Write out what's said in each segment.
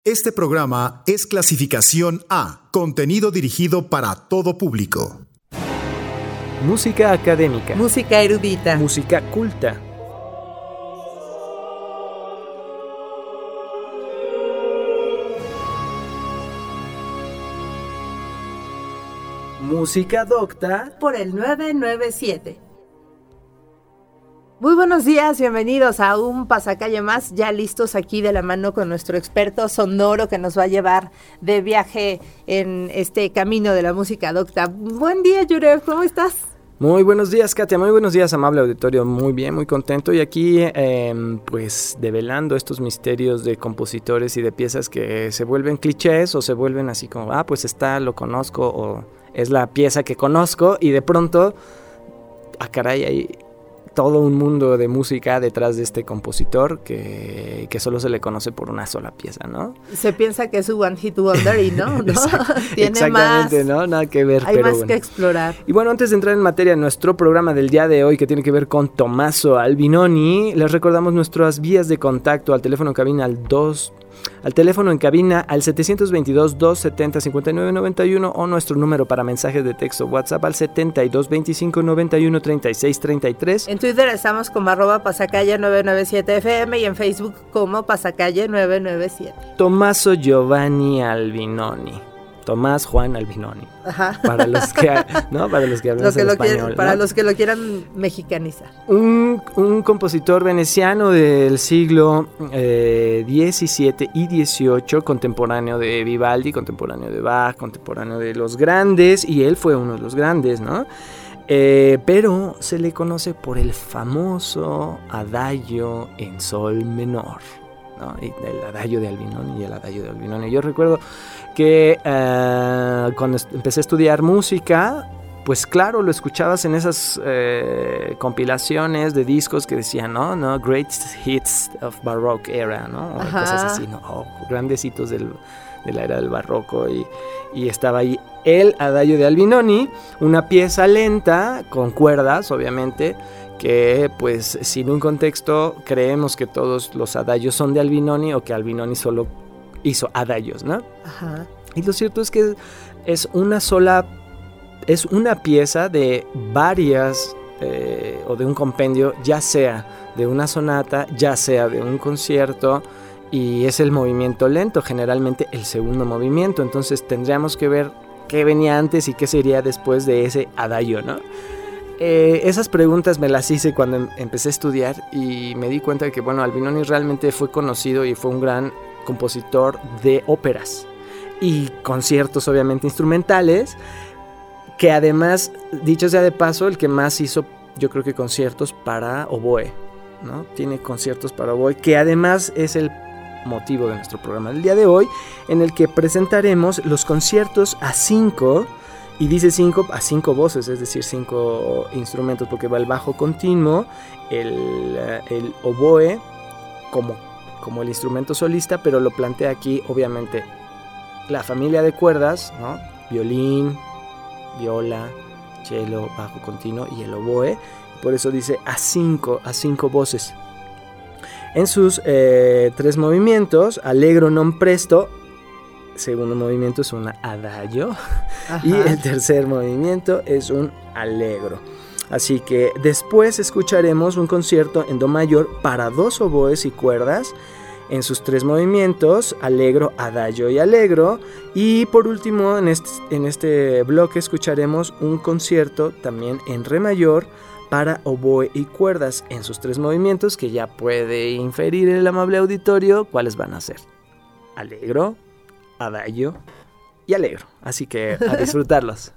Este programa es clasificación A, contenido dirigido para todo público. Música académica. Música erudita. Música culta. Música docta por el 997. Muy buenos días, bienvenidos a un pasacalle más, ya listos aquí de la mano con nuestro experto sonoro que nos va a llevar de viaje en este camino de la música docta. Buen día, Yurev, ¿cómo estás? Muy buenos días, Katia, muy buenos días, amable auditorio, muy bien, muy contento y aquí pues develando estos misterios de compositores y de piezas que se vuelven clichés o se vuelven así como, pues lo conozco o es la pieza que conozco y de pronto, caray, hay todo un mundo de música detrás de este compositor que solo se le conoce por una sola pieza, ¿no? Se piensa que es un one hit wonder y no, tiene exactamente, más, ¿no? Nada que ver. Hay pero más bueno. que explorar. Y bueno, antes de entrar en materia, nuestro programa del día de hoy que tiene que ver con Tommaso Albinoni, les recordamos nuestras vías de contacto al teléfono en cabina al 722-270-5991 o nuestro número para mensajes de texto WhatsApp al 7225913633. En Twitter estamos como @pasacalle997fm y en Facebook como pasacalle997. Tommaso Giovanni Albinoni. Tomás Juan Albinoni. Ajá. Para los que, ¿no? Para los que hablan español. Para ¿no? los que lo quieran mexicanizar. Un compositor veneciano del siglo XVII y XVIII, contemporáneo de Vivaldi, contemporáneo de Bach, contemporáneo de los grandes, y él fue uno de los grandes, ¿no? Pero se le conoce por el famoso adagio en sol menor, ¿no? Y el adagio de Albinoni y el adagio de Albinoni. Yo recuerdo que cuando empecé a estudiar música, pues claro, lo escuchabas en esas compilaciones de discos que decían, ¿no? Great Hits of Baroque Era, ¿no? O cosas así, ¿no? Grandes hitos de la era del barroco y estaba ahí el adagio de Albinoni, una pieza lenta con cuerdas, obviamente, que pues sin un contexto creemos que todos los adagios son de Albinoni o que Albinoni solo hizo adagios, ¿no? Ajá. Y lo cierto es que es una pieza de varias o de un compendio, ya sea de una sonata, ya sea de un concierto, y es el movimiento lento, generalmente el segundo movimiento. Entonces tendríamos que ver qué venía antes y qué sería después de ese adagio, ¿no? Esas preguntas me las hice cuando empecé a estudiar y me di cuenta de que, bueno, Albinoni realmente fue conocido y fue un gran compositor de óperas y conciertos obviamente instrumentales, que además, dicho sea de paso, el que más hizo, yo creo que conciertos para oboe, ¿no? Tiene conciertos para oboe, que además es el motivo de nuestro programa del día de hoy, en el que presentaremos los conciertos a 5, y dice 5 a 5 voces, es decir, 5 instrumentos, porque va el bajo continuo, el oboe como el instrumento solista, pero lo plantea aquí obviamente la familia de cuerdas, ¿no? Violín, viola, cello, bajo continuo y el oboe. Por eso dice a 5 voces. En sus 3 movimientos, allegro non presto, segundo movimiento es un adagio. Ajá. Y el tercer movimiento es un allegro. Así que después escucharemos un concierto en do mayor para 2 oboes y cuerdas en sus 3 movimientos, allegro, adagio y allegro. Y por último, en este bloque escucharemos un concierto también en re mayor para oboe y cuerdas en sus 3 movimientos, que ya puede inferir el amable auditorio cuáles van a ser: allegro, adagio y allegro. Así que a disfrutarlos.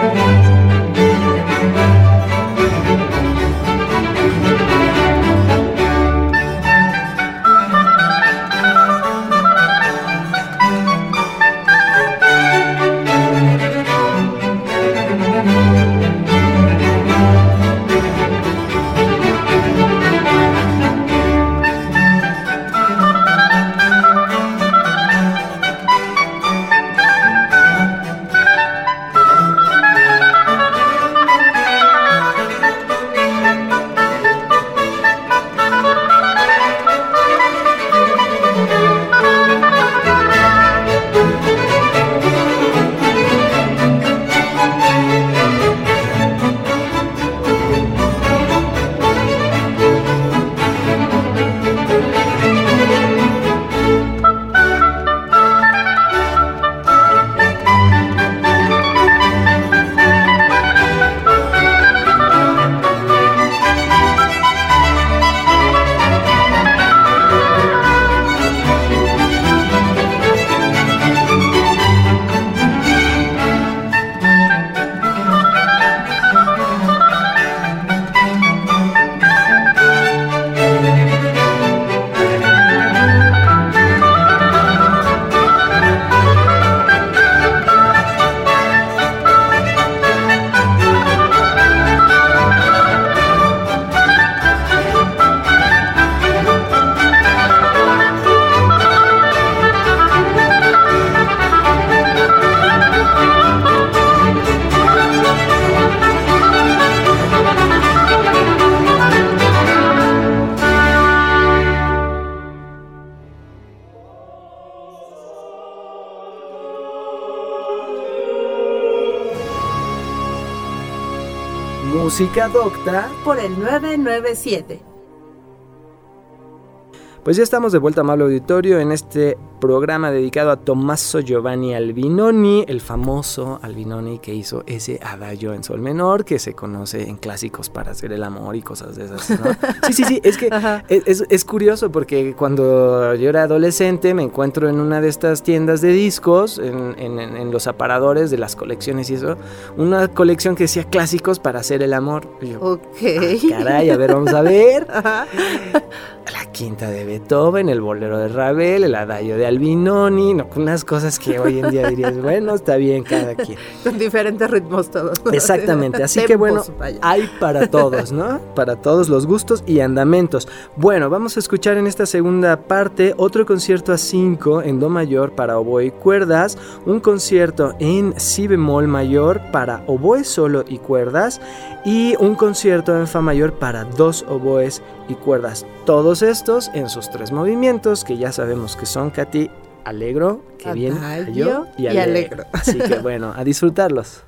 Música Docta por el 997. Pues ya estamos de vuelta, amable auditorio, en este programa dedicado a Tommaso Giovanni Albinoni, el famoso Albinoni que hizo ese adagio en sol menor que se conoce en clásicos para hacer el amor y cosas de esas, ¿no? Sí, es que es curioso porque cuando yo era adolescente me encuentro en una de estas tiendas de discos, en los aparadores de las colecciones y eso, una colección que decía clásicos para hacer el amor. Y yo, ok. Caray, a ver, vamos a ver. Ajá. La quinta de Beethoven, el bolero de Ravel, el adagio de Albinoni, no, unas cosas que hoy en día dirías, bueno, está bien cada quien. Con diferentes ritmos todos, ¿no? Exactamente, así Tempos, que bueno, vaya. hay para todos, ¿no? Para todos los gustos y andamentos. Bueno, vamos a escuchar en esta segunda parte otro concierto a 5 en do mayor para oboe y cuerdas, un concierto en si bemol mayor para oboe solo y cuerdas y un concierto en fa mayor para 2 oboes y cuerdas. Todos estos en sus 3 movimientos que ya sabemos que son, Katy, Allegro, que bien, Adagio y y Allegro. Así que bueno, a disfrutarlos.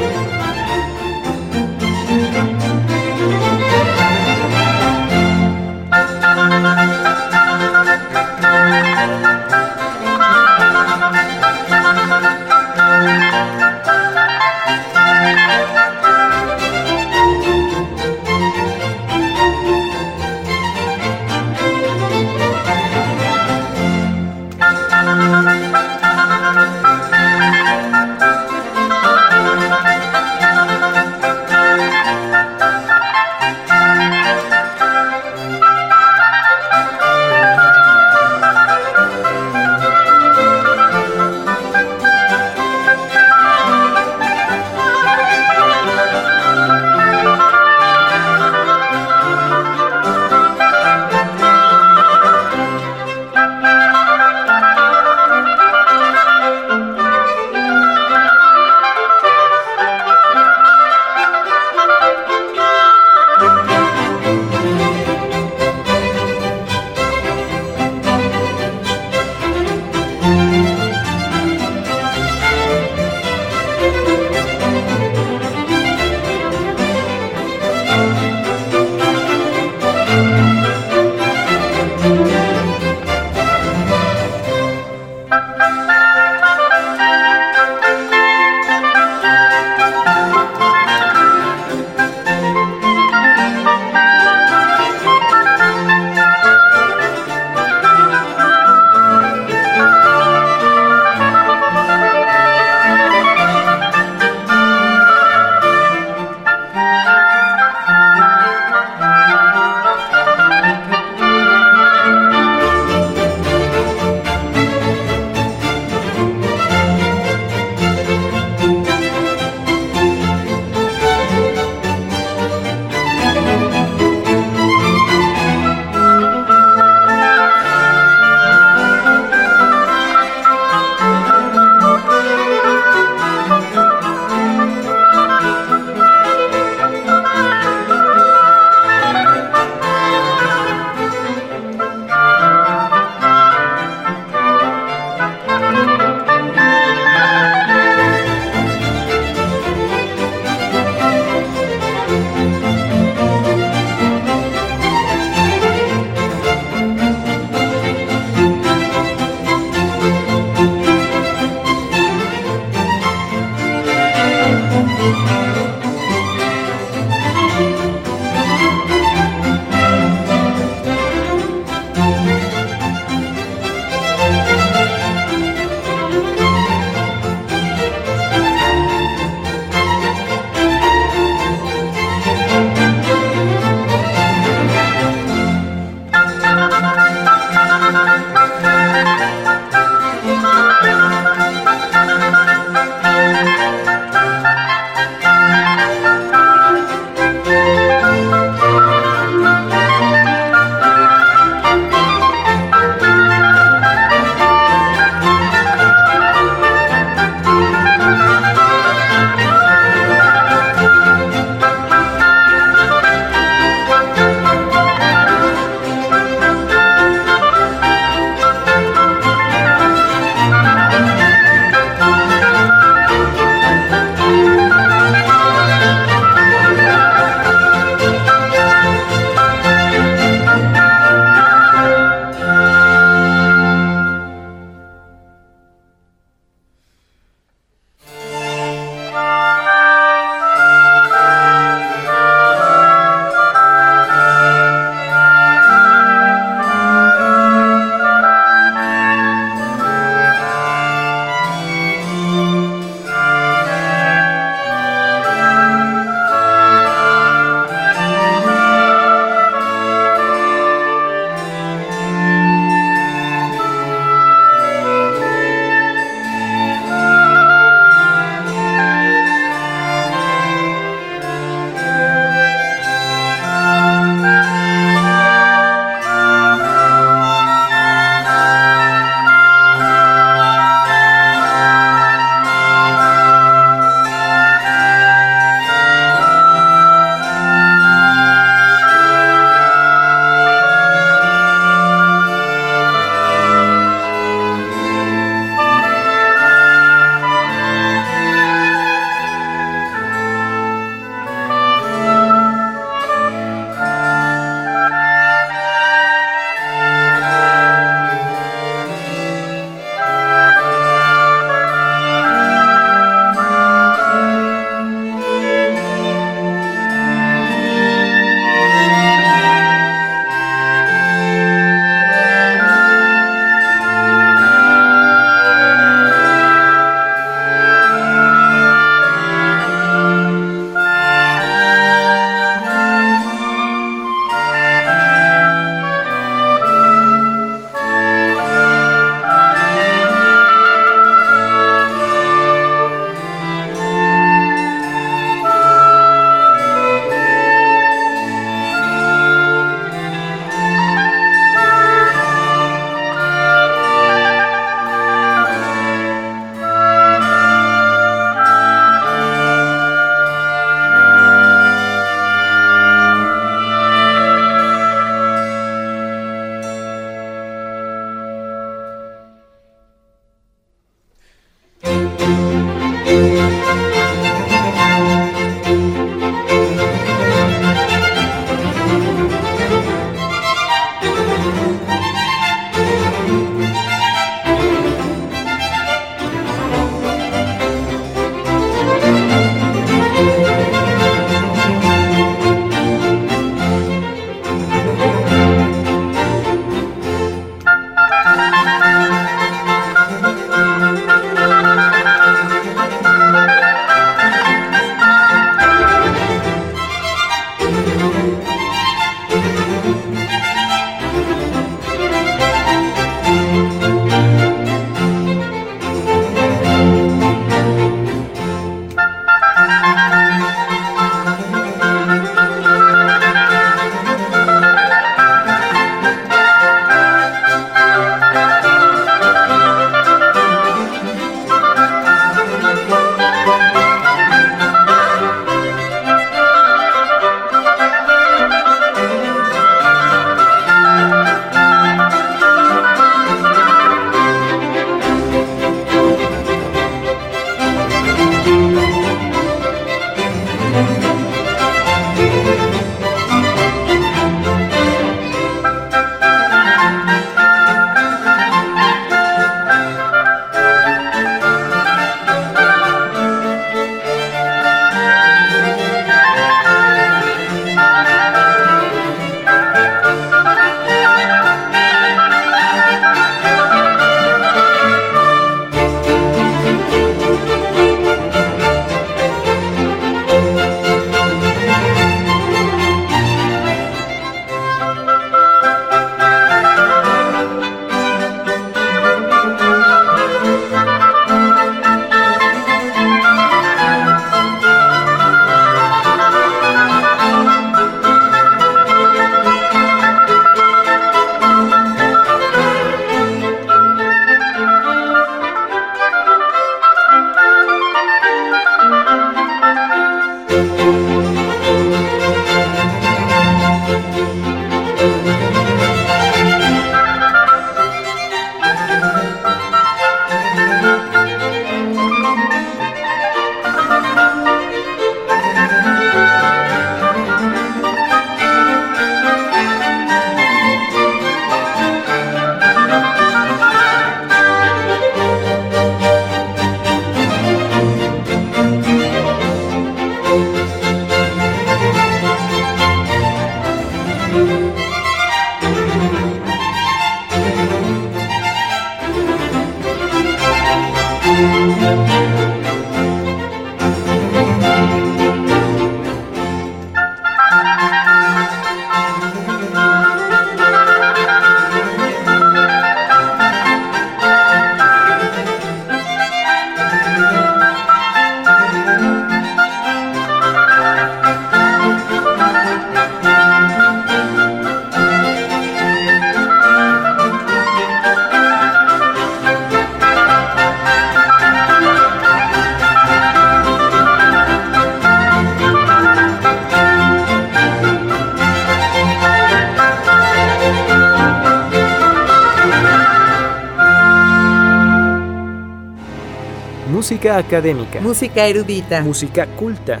Música académica. Música erudita. Música culta.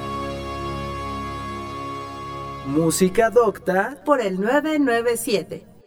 Música docta por el 997.